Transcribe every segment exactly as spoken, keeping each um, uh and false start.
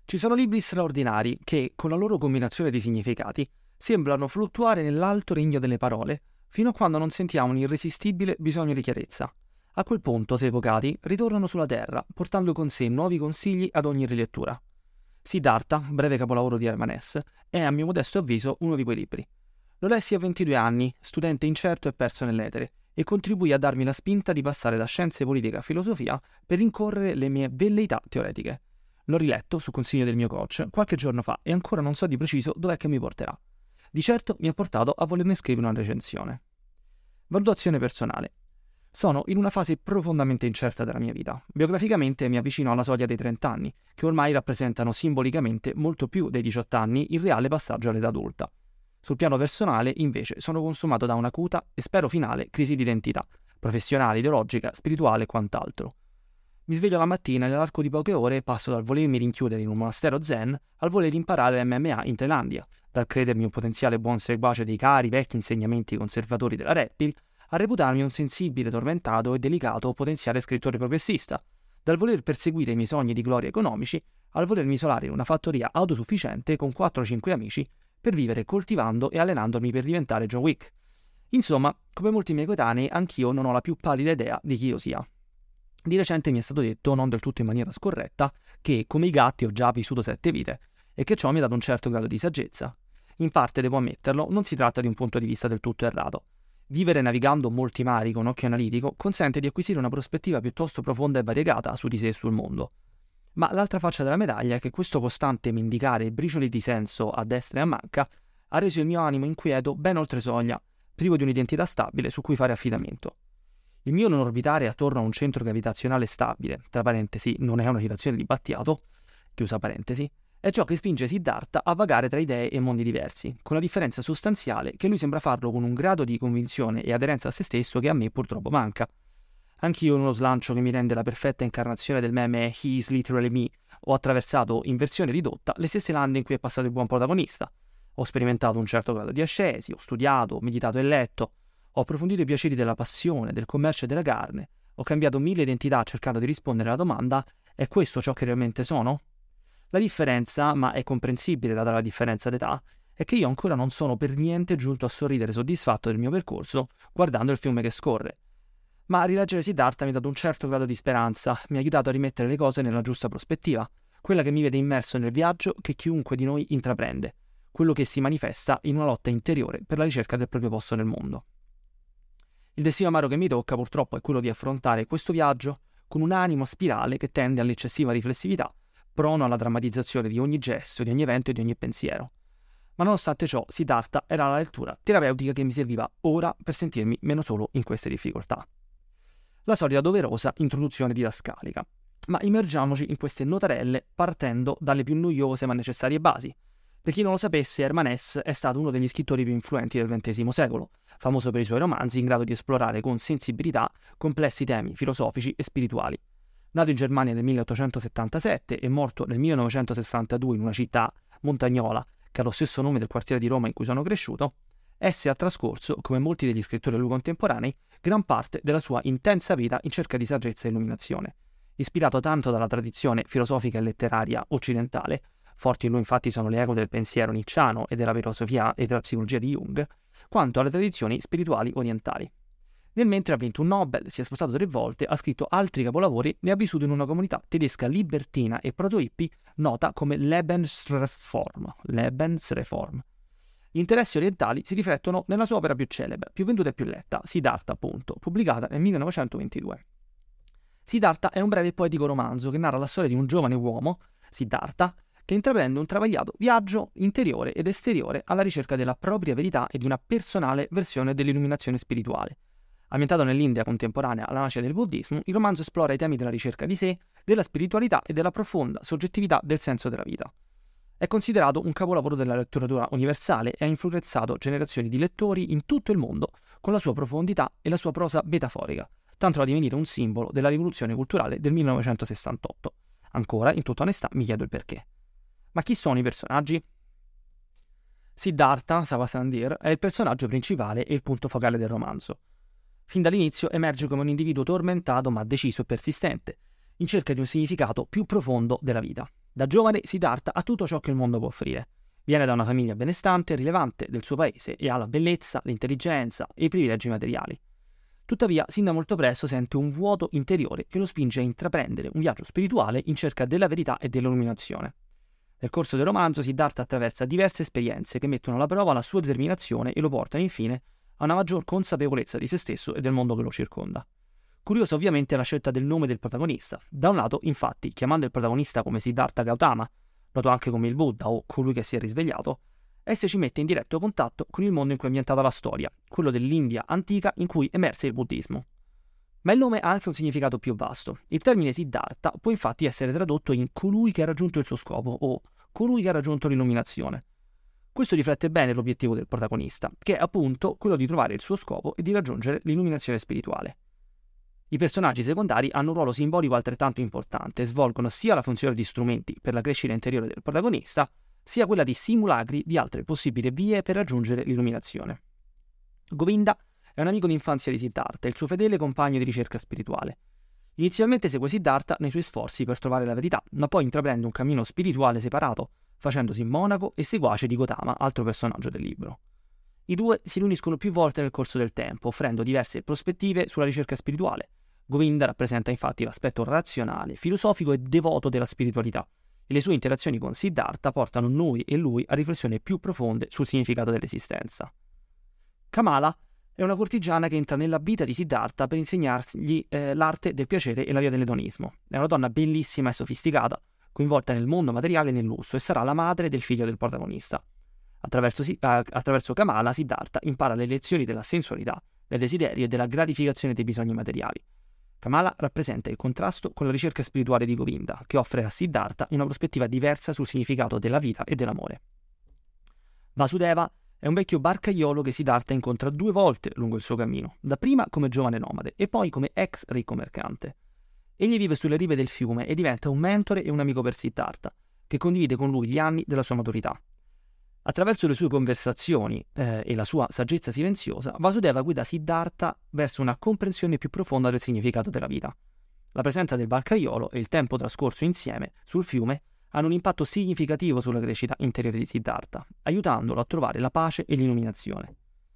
Ci sono libri straordinari che, con la loro combinazione di significati, sembrano fluttuare nell'alto regno delle parole, fino a quando non sentiamo un irresistibile bisogno di chiarezza. A quel punto, se evocati, ritornano sulla terra, portando con sé nuovi consigli ad ogni rilettura. Siddhartha, breve capolavoro di Hermann Hesse, è a mio modesto avviso uno di quei libri. Lo lessi a ventidue anni, studente incerto e perso nell'etere, e contribuì a darmi la spinta di passare da scienze politica a filosofia per rincorrere le mie velleità teoretiche. L'ho riletto, su consiglio del mio coach, qualche giorno fa e ancora non so di preciso dov'è che mi porterà. Di certo mi ha portato a volerne scrivere una recensione. Valutazione personale. Sono in una fase profondamente incerta della mia vita. Biograficamente mi avvicino alla soglia dei trenta anni, che ormai rappresentano simbolicamente molto più dei diciotto anni il reale passaggio all'età adulta. Sul piano personale, invece, sono consumato da un'acuta e spero finale crisi di identità, professionale, ideologica, spirituale e quant'altro. Mi sveglio la mattina e nell'arco di poche ore passo dal volermi rinchiudere in un monastero zen al voler imparare M M A in Thailandia, dal credermi un potenziale buon seguace dei cari vecchi insegnamenti conservatori della Red Pill, a reputarmi un sensibile, tormentato e delicato potenziale scrittore progressista, dal voler perseguire i miei sogni di gloria economici al volermi isolare in una fattoria autosufficiente con quattro cinque amici per vivere coltivando e allenandomi per diventare John Wick. Insomma, come molti miei coetanei, anch'io non ho la più pallida idea di chi io sia. Di recente mi è stato detto, non del tutto in maniera scorretta, che come i gatti ho già vissuto sette vite e che ciò mi ha dato un certo grado di saggezza. In parte, devo ammetterlo, non si tratta di un punto di vista del tutto errato. Vivere navigando molti mari con occhio analitico consente di acquisire una prospettiva piuttosto profonda e variegata su di sé e sul mondo. Ma l'altra faccia della medaglia è che questo costante mendicare bricioli di senso a destra e a manca ha reso il mio animo inquieto ben oltre soglia, privo di un'identità stabile su cui fare affidamento. Il mio non orbitare attorno a un centro gravitazionale stabile, tra parentesi, non è una citazione di Battiato, chiusa parentesi, è ciò che spinge Siddhartha a vagare tra idee e mondi diversi, con la differenza sostanziale che lui sembra farlo con un grado di convinzione e aderenza a se stesso che a me purtroppo manca. Anch'io in uno slancio che mi rende la perfetta incarnazione del meme He is literally me, ho attraversato in versione ridotta le stesse lande in cui è passato il buon protagonista. Ho sperimentato un certo grado di ascesi, ho studiato, ho meditato e letto, ho approfondito i piaceri della passione, del commercio e della carne, ho cambiato mille identità cercando di rispondere alla domanda: è questo ciò che realmente sono? La differenza, ma è comprensibile data la differenza d'età, è che io ancora non sono per niente giunto a sorridere soddisfatto del mio percorso guardando il fiume che scorre. Ma rileggere Siddhartha mi ha dato un certo grado di speranza, mi ha aiutato a rimettere le cose nella giusta prospettiva, quella che mi vede immerso nel viaggio che chiunque di noi intraprende, quello che si manifesta in una lotta interiore per la ricerca del proprio posto nel mondo. Il destino amaro che mi tocca purtroppo è quello di affrontare questo viaggio con un animo a spirale che tende all'eccessiva riflessività, prono alla drammatizzazione di ogni gesto, di ogni evento e di ogni pensiero. Ma nonostante ciò, Siddhartha era la lettura terapeutica che mi serviva ora per sentirmi meno solo in queste difficoltà. La solita doverosa introduzione didascalica. Ma immergiamoci in queste notarelle partendo dalle più noiose ma necessarie basi. Per chi non lo sapesse, Hermann Hesse è stato uno degli scrittori più influenti del ventesimo secolo, famoso per i suoi romanzi in grado di esplorare con sensibilità complessi temi filosofici e spirituali. Nato in Germania nel milleottocentosettantasette e morto nel millenovecentosessantadue in una città montagnola che ha lo stesso nome del quartiere di Roma in cui sono cresciuto, Hesse ha trascorso, come molti degli scrittori a lui contemporanei, gran parte della sua intensa vita in cerca di saggezza e illuminazione. Ispirato tanto dalla tradizione filosofica e letteraria occidentale, forti in lui infatti sono le eco del pensiero nicciano e della filosofia e della psicologia di Jung, quanto alle tradizioni spirituali orientali. Nel mentre ha vinto un Nobel, si è sposato tre volte, ha scritto altri capolavori e ha vissuto in una comunità tedesca libertina e proto-hippie nota come Lebensreform. Lebensreform. Gli interessi orientali si riflettono nella sua opera più celebre, più venduta e più letta, Siddhartha appunto, pubblicata nel millenovecentoventidue. Siddhartha è un breve e poetico romanzo che narra la storia di un giovane uomo, Siddhartha, che intraprende un travagliato viaggio interiore ed esteriore alla ricerca della propria verità e di una personale versione dell'illuminazione spirituale. Ambientato nell'India contemporanea alla nascita del buddismo, il romanzo esplora i temi della ricerca di sé, della spiritualità e della profonda soggettività del senso della vita. È considerato un capolavoro della letteratura universale e ha influenzato generazioni di lettori in tutto il mondo con la sua profondità e la sua prosa metaforica, tanto da divenire un simbolo della rivoluzione culturale del millenovecentosessantotto. Ancora, in tutta onestà, mi chiedo il perché. Ma chi sono i personaggi? Siddhartha Savasandir è il personaggio principale e il punto focale del romanzo. Fin dall'inizio emerge come un individuo tormentato ma deciso e persistente, in cerca di un significato più profondo della vita. Da giovane Siddhartha ha tutto ciò che il mondo può offrire. Viene da una famiglia benestante e rilevante del suo paese e ha la bellezza, l'intelligenza e i privilegi materiali. Tuttavia, sin da molto presto sente un vuoto interiore che lo spinge a intraprendere un viaggio spirituale in cerca della verità e dell'illuminazione. Nel corso del romanzo Siddhartha attraversa diverse esperienze che mettono alla prova la sua determinazione e lo portano infine a una maggior consapevolezza di se stesso e del mondo che lo circonda. Curiosa ovviamente è la scelta del nome del protagonista. Da un lato, infatti, chiamando il protagonista come Siddhartha Gautama, noto anche come il Buddha o colui che si è risvegliato, essa ci mette in diretto contatto con il mondo in cui è ambientata la storia, quello dell'India antica in cui emerse il buddismo. Ma il nome ha anche un significato più vasto. Il termine Siddhartha può infatti essere tradotto in colui che ha raggiunto il suo scopo o colui che ha raggiunto l'illuminazione. Questo riflette bene l'obiettivo del protagonista, che è appunto quello di trovare il suo scopo e di raggiungere l'illuminazione spirituale. I personaggi secondari hanno un ruolo simbolico altrettanto importante e svolgono sia la funzione di strumenti per la crescita interiore del protagonista, sia quella di simulacri di altre possibili vie per raggiungere l'illuminazione. Govinda è un amico d'infanzia di Siddhartha e il suo fedele compagno di ricerca spirituale. Inizialmente segue Siddhartha nei suoi sforzi per trovare la verità, ma poi intraprende un cammino spirituale separato, facendosi monaco e seguace di Gotama, altro personaggio del libro. I due si riuniscono più volte nel corso del tempo, offrendo diverse prospettive sulla ricerca spirituale. Govinda rappresenta infatti l'aspetto razionale, filosofico e devoto della spiritualità, e le sue interazioni con Siddhartha portano noi e lui a riflessioni più profonde sul significato dell'esistenza. Kamala è una cortigiana che entra nella vita di Siddhartha per insegnargli eh, l'arte del piacere e la via dell'edonismo. È una donna bellissima e sofisticata, coinvolta nel mondo materiale e nel lusso, e sarà la madre del figlio del protagonista. Attraverso, eh, attraverso Kamala, Siddhartha impara le lezioni della sensualità, del desiderio e della gratificazione dei bisogni materiali. Kamala rappresenta il contrasto con la ricerca spirituale di Govinda, che offre a Siddhartha una prospettiva diversa sul significato della vita e dell'amore. Vasudeva è un vecchio barcaiolo che Siddhartha incontra due volte lungo il suo cammino, dapprima come giovane nomade e poi come ex ricco mercante. Egli vive sulle rive del fiume e diventa un mentore e un amico per Siddhartha, che condivide con lui gli anni della sua maturità. Attraverso le sue conversazioni eh, e la sua saggezza silenziosa, Vasudeva guida Siddhartha verso una comprensione più profonda del significato della vita. La presenza del barcaiolo e il tempo trascorso insieme sul fiume hanno un impatto significativo sulla crescita interiore di Siddhartha, aiutandolo a trovare la pace e l'illuminazione.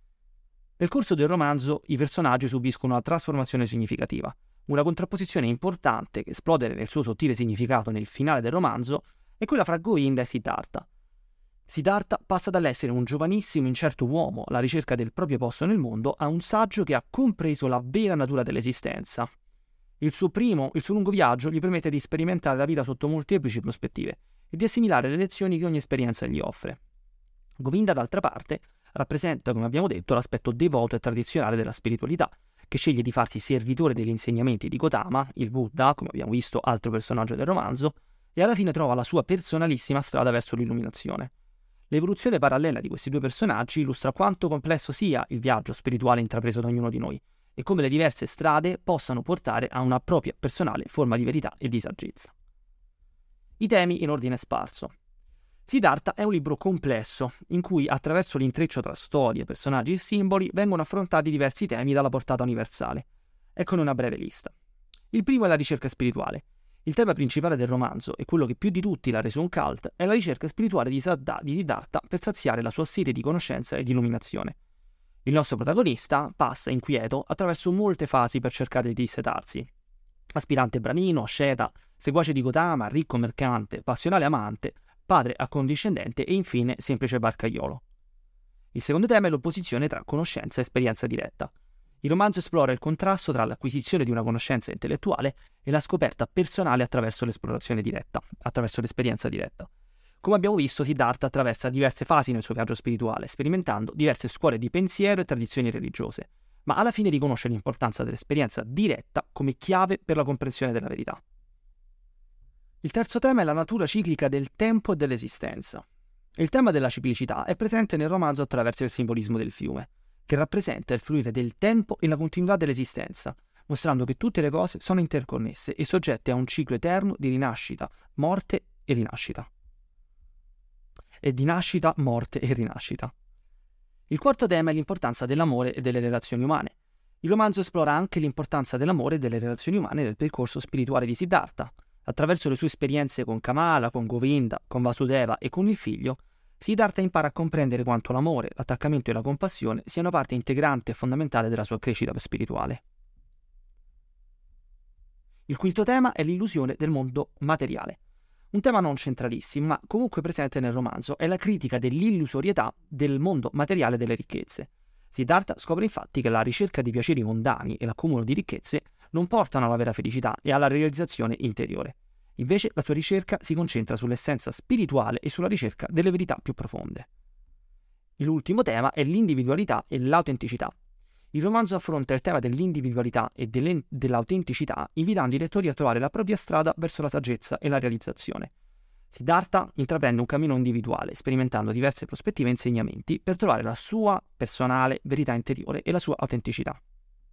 Nel corso del romanzo i personaggi subiscono una trasformazione significativa. Una contrapposizione importante che esplode nel suo sottile significato nel finale del romanzo è quella fra Govinda e Siddhartha. Siddhartha passa dall'essere un giovanissimo incerto uomo alla ricerca del proprio posto nel mondo a un saggio che ha compreso la vera natura dell'esistenza. Il suo primo, il suo lungo viaggio gli permette di sperimentare la vita sotto molteplici prospettive e di assimilare le lezioni che ogni esperienza gli offre. Govinda, d'altra parte, rappresenta, come abbiamo detto, l'aspetto devoto e tradizionale della spiritualità, che sceglie di farsi servitore degli insegnamenti di Gotama, il Buddha, come abbiamo visto, altro personaggio del romanzo, e alla fine trova la sua personalissima strada verso l'illuminazione. L'evoluzione parallela di questi due personaggi illustra quanto complesso sia il viaggio spirituale intrapreso da ognuno di noi e come le diverse strade possano portare a una propria personale forma di verità e di saggezza. I temi in ordine sparso. Siddhartha è un libro complesso, in cui attraverso l'intreccio tra storie, personaggi e simboli vengono affrontati diversi temi dalla portata universale. Eccone una breve lista. Il primo è la ricerca spirituale. Il tema principale del romanzo, e quello che più di tutti l'ha reso un cult, è la ricerca spirituale di Siddhartha per saziare la sua sete di conoscenza e di illuminazione. Il nostro protagonista passa inquieto attraverso molte fasi per cercare di dissetarsi. Aspirante bramino, asceta, seguace di Gotama, ricco mercante, passionale amante, padre accondiscendente e infine semplice barcaiolo. Il secondo tema è l'opposizione tra conoscenza e esperienza diretta. Il romanzo esplora il contrasto tra l'acquisizione di una conoscenza intellettuale e la scoperta personale attraverso l'esplorazione diretta, attraverso l'esperienza diretta. Come abbiamo visto, Siddhartha attraversa diverse fasi nel suo viaggio spirituale, sperimentando diverse scuole di pensiero e tradizioni religiose, ma alla fine riconosce l'importanza dell'esperienza diretta come chiave per la comprensione della verità. Il terzo tema è la natura ciclica del tempo e dell'esistenza. Il tema della ciclicità è presente nel romanzo attraverso il simbolismo del fiume, che rappresenta il fluire del tempo e la continuità dell'esistenza, mostrando che tutte le cose sono interconnesse e soggette a un ciclo eterno di rinascita, morte e rinascita. E di nascita, morte e rinascita. Il quarto tema è l'importanza dell'amore e delle relazioni umane. Il romanzo esplora anche l'importanza dell'amore e delle relazioni umane nel percorso spirituale di Siddhartha, Attraverso le sue esperienze con Kamala, con Govinda, con Vasudeva e con il figlio, Siddhartha impara a comprendere quanto l'amore, l'attaccamento e la compassione siano parte integrante e fondamentale della sua crescita spirituale. Il quinto tema è l'illusione del mondo materiale. Un tema non centralissimo, ma comunque presente nel romanzo, è la critica dell'illusorietà del mondo materiale delle ricchezze. Siddhartha scopre infatti che la ricerca di piaceri mondani e l'accumulo di ricchezze non portano alla vera felicità e alla realizzazione interiore. Invece la sua ricerca si concentra sull'essenza spirituale e sulla ricerca delle verità più profonde. L'ultimo tema è l'individualità e l'autenticità. Il romanzo affronta il tema dell'individualità e dell'autenticità, invitando i lettori a trovare la propria strada verso la saggezza e la realizzazione. Siddhartha intraprende un cammino individuale, sperimentando diverse prospettive e insegnamenti per trovare la sua personale verità interiore e la sua autenticità.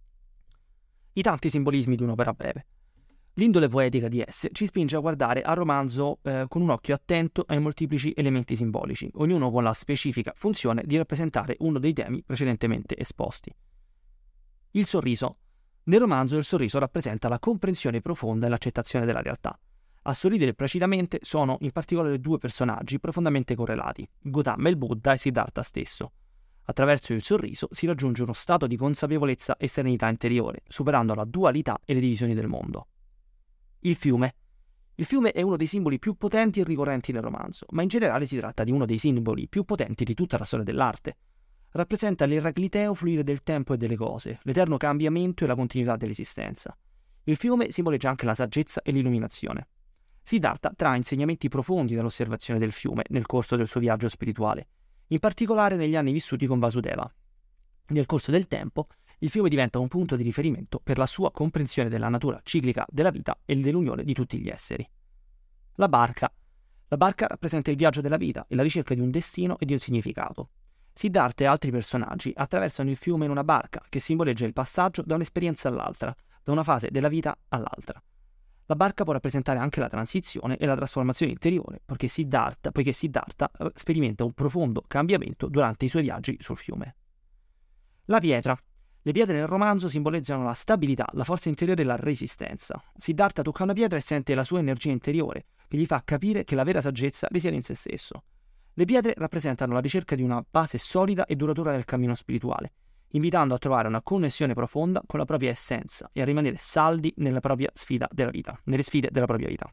I tanti simbolismi di un'opera breve. L'indole poetica di esse ci spinge a guardare al romanzo eh, con un occhio attento ai molteplici elementi simbolici, ognuno con la specifica funzione di rappresentare uno dei temi precedentemente esposti. Il sorriso. Nel romanzo il sorriso rappresenta la comprensione profonda e l'accettazione della realtà. A sorridere placidamente sono in particolare due personaggi profondamente correlati, Gautama il Buddha e Siddhartha stesso. Attraverso il sorriso si raggiunge uno stato di consapevolezza e serenità interiore, superando la dualità e le divisioni del mondo. Il fiume. Il fiume è uno dei simboli più potenti e ricorrenti nel romanzo, ma in generale si tratta di uno dei simboli più potenti di tutta la storia dell'arte. Rappresenta l'eracliteo fluire del tempo e delle cose, l'eterno cambiamento e la continuità dell'esistenza. Il fiume simboleggia anche la saggezza e l'illuminazione. Siddhartha trae insegnamenti profondi dall'osservazione del fiume nel corso del suo viaggio spirituale, in particolare negli anni vissuti con Vasudeva. Nel corso del tempo, il fiume diventa un punto di riferimento per la sua comprensione della natura ciclica della vita e dell'unione di tutti gli esseri. La barca. La barca rappresenta il viaggio della vita e la ricerca di un destino e di un significato. Siddhartha e altri personaggi attraversano il fiume in una barca che simboleggia il passaggio da un'esperienza all'altra, da una fase della vita all'altra. La barca può rappresentare anche la transizione e la trasformazione interiore, poiché Siddhartha, poiché Siddhartha sperimenta un profondo cambiamento durante i suoi viaggi sul fiume. La pietra. Le pietre nel romanzo simboleggiano la stabilità, la forza interiore e la resistenza. Siddhartha tocca una pietra e sente la sua energia interiore, che gli fa capire che la vera saggezza risiede in se stesso. Le pietre rappresentano la ricerca di una base solida e duratura nel cammino spirituale, invitando a trovare una connessione profonda con la propria essenza e a rimanere saldi nella propria sfida della vita, nelle sfide della propria vita.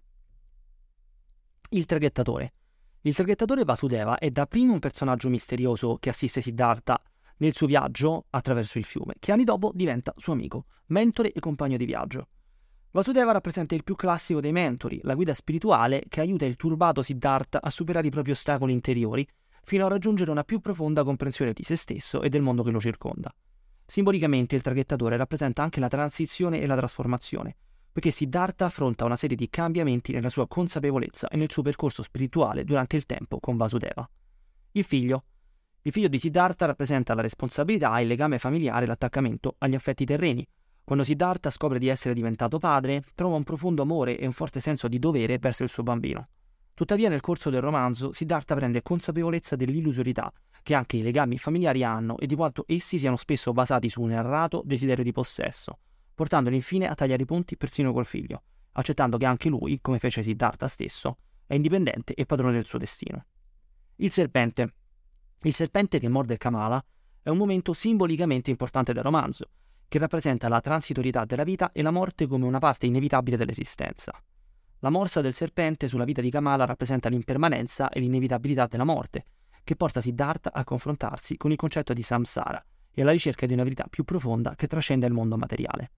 Il traghettatore. Il traghettatore Vasudeva è dapprima un personaggio misterioso che assiste Siddhartha nel suo viaggio attraverso il fiume, che anni dopo diventa suo amico, mentore e compagno di viaggio. Vasudeva rappresenta il più classico dei mentori, la guida spirituale che aiuta il turbato Siddhartha a superare i propri ostacoli interiori fino a raggiungere una più profonda comprensione di se stesso e del mondo che lo circonda. Simbolicamente il traghettatore rappresenta anche la transizione e la trasformazione, poiché Siddhartha affronta una serie di cambiamenti nella sua consapevolezza e nel suo percorso spirituale durante il tempo con Vasudeva. Il figlio. Il figlio di Siddhartha rappresenta la responsabilità, il legame familiare e l'attaccamento agli affetti terreni. Quando Siddhartha scopre di essere diventato padre, trova un profondo amore e un forte senso di dovere verso il suo bambino. Tuttavia nel corso del romanzo Siddhartha prende consapevolezza dell'illusorietà che anche i legami familiari hanno e di quanto essi siano spesso basati su un errato desiderio di possesso, portandolo infine a tagliare i ponti persino col figlio, accettando che anche lui, come fece Siddhartha stesso, è indipendente e padrone del suo destino. Il serpente. Il serpente che morde Kamala è un momento simbolicamente importante del romanzo, che rappresenta la transitorietà della vita e la morte come una parte inevitabile dell'esistenza. La morsa del serpente sulla vita di Kamala rappresenta l'impermanenza e l'inevitabilità della morte, che porta Siddhartha a confrontarsi con il concetto di samsara e alla ricerca di una verità più profonda che trascende il mondo materiale.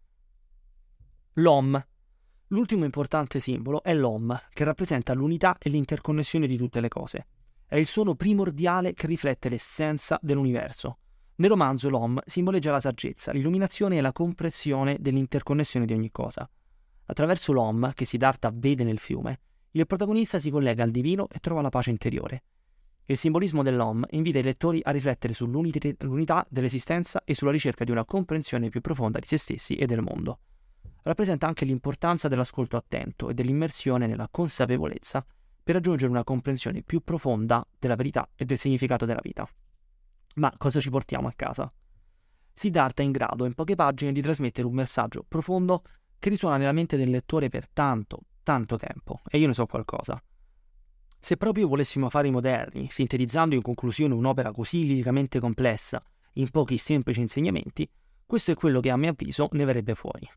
L'Om. L'ultimo importante simbolo è l'Om, che rappresenta l'unità e l'interconnessione di tutte le cose. È il suono primordiale che riflette l'essenza dell'universo. Nel romanzo l'Om simboleggia la saggezza, l'illuminazione e la comprensione dell'interconnessione di ogni cosa. Attraverso l'Om, che Siddhartha vede nel fiume, il protagonista si collega al divino e trova la pace interiore. Il simbolismo dell'Om invita i lettori a riflettere sull'unità dell'esistenza e sulla ricerca di una comprensione più profonda di se stessi e del mondo. Rappresenta anche l'importanza dell'ascolto attento e dell'immersione nella consapevolezza per raggiungere una comprensione più profonda della verità e del significato della vita. Ma cosa ci portiamo a casa? Siddhartha è in grado in poche pagine di trasmettere un messaggio profondo che risuona nella mente del lettore per tanto, tanto tempo, e io ne so qualcosa. Se proprio volessimo fare i moderni, sintetizzando in conclusione un'opera così liricamente complessa in pochi semplici insegnamenti, questo è quello che a mio avviso ne verrebbe fuori.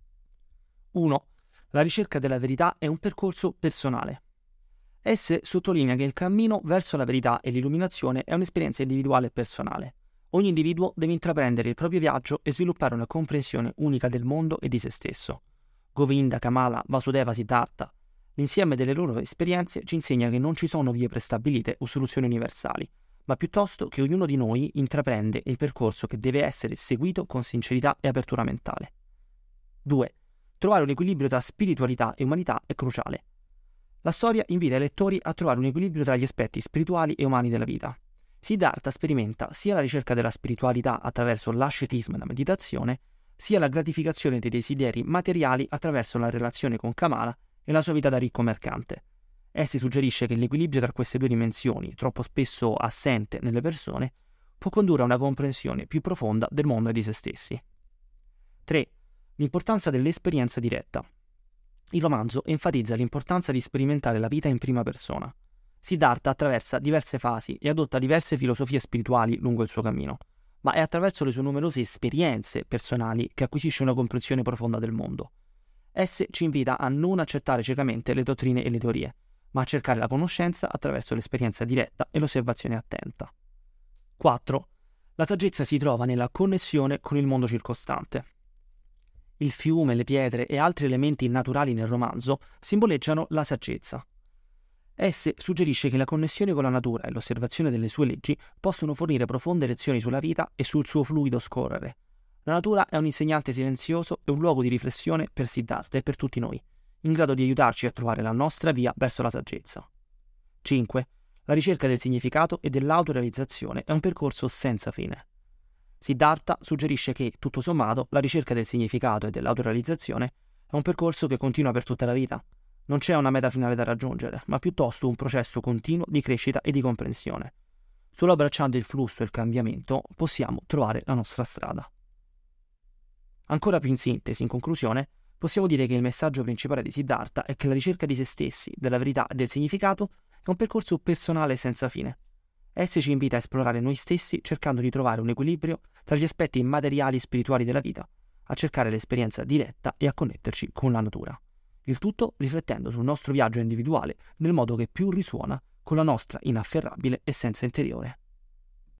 uno. La ricerca della verità è un percorso personale. Esse sottolinea che il cammino verso la verità e l'illuminazione è un'esperienza individuale e personale. Ogni individuo deve intraprendere il proprio viaggio e sviluppare una comprensione unica del mondo e di se stesso. Govinda, Kamala, Vasudeva, Siddhartha, l'insieme delle loro esperienze ci insegna che non ci sono vie prestabilite o soluzioni universali, ma piuttosto che ognuno di noi intraprende il percorso che deve essere seguito con sincerità e apertura mentale. due. Trovare un equilibrio tra spiritualità e umanità è cruciale. La storia invita i lettori a trovare un equilibrio tra gli aspetti spirituali e umani della vita. Siddhartha sperimenta sia la ricerca della spiritualità attraverso l'ascetismo e la meditazione, sia la gratificazione dei desideri materiali attraverso la relazione con Kamala e la sua vita da ricco mercante. Essi suggerisce che l'equilibrio tra queste due dimensioni, troppo spesso assente nelle persone, può condurre a una comprensione più profonda del mondo e di se stessi. tre. L'importanza dell'esperienza diretta. Il romanzo enfatizza l'importanza di sperimentare la vita in prima persona. Siddhartha attraversa diverse fasi e adotta diverse filosofie spirituali lungo il suo cammino, ma è attraverso le sue numerose esperienze personali che acquisisce una comprensione profonda del mondo. Esse ci invita a non accettare ciecamente le dottrine e le teorie, ma a cercare la conoscenza attraverso l'esperienza diretta e l'osservazione attenta. quattro. La saggezza si trova nella connessione con il mondo circostante. Il fiume, le pietre e altri elementi naturali nel romanzo simboleggiano la saggezza. Esse suggerisce che la connessione con la natura e l'osservazione delle sue leggi possono fornire profonde lezioni sulla vita e sul suo fluido scorrere. La natura è un insegnante silenzioso e un luogo di riflessione per Siddhartha e per tutti noi, in grado di aiutarci a trovare la nostra via verso la saggezza. cinque. La ricerca del significato e dell'autorealizzazione è un percorso senza fine. Siddhartha suggerisce che, tutto sommato, la ricerca del significato e dell'autorealizzazione è un percorso che continua per tutta la vita. Non c'è una meta finale da raggiungere, ma piuttosto un processo continuo di crescita e di comprensione. Solo abbracciando il flusso e il cambiamento possiamo trovare la nostra strada. Ancora più in sintesi, in conclusione, possiamo dire che il messaggio principale di Siddhartha è che la ricerca di se stessi, della verità e del significato è un percorso personale senza fine. Esse ci invita a esplorare noi stessi cercando di trovare un equilibrio tra gli aspetti materiali e spirituali della vita, a cercare l'esperienza diretta e a connetterci con la natura. Il tutto riflettendo sul nostro viaggio individuale nel modo che più risuona con la nostra inafferrabile essenza interiore.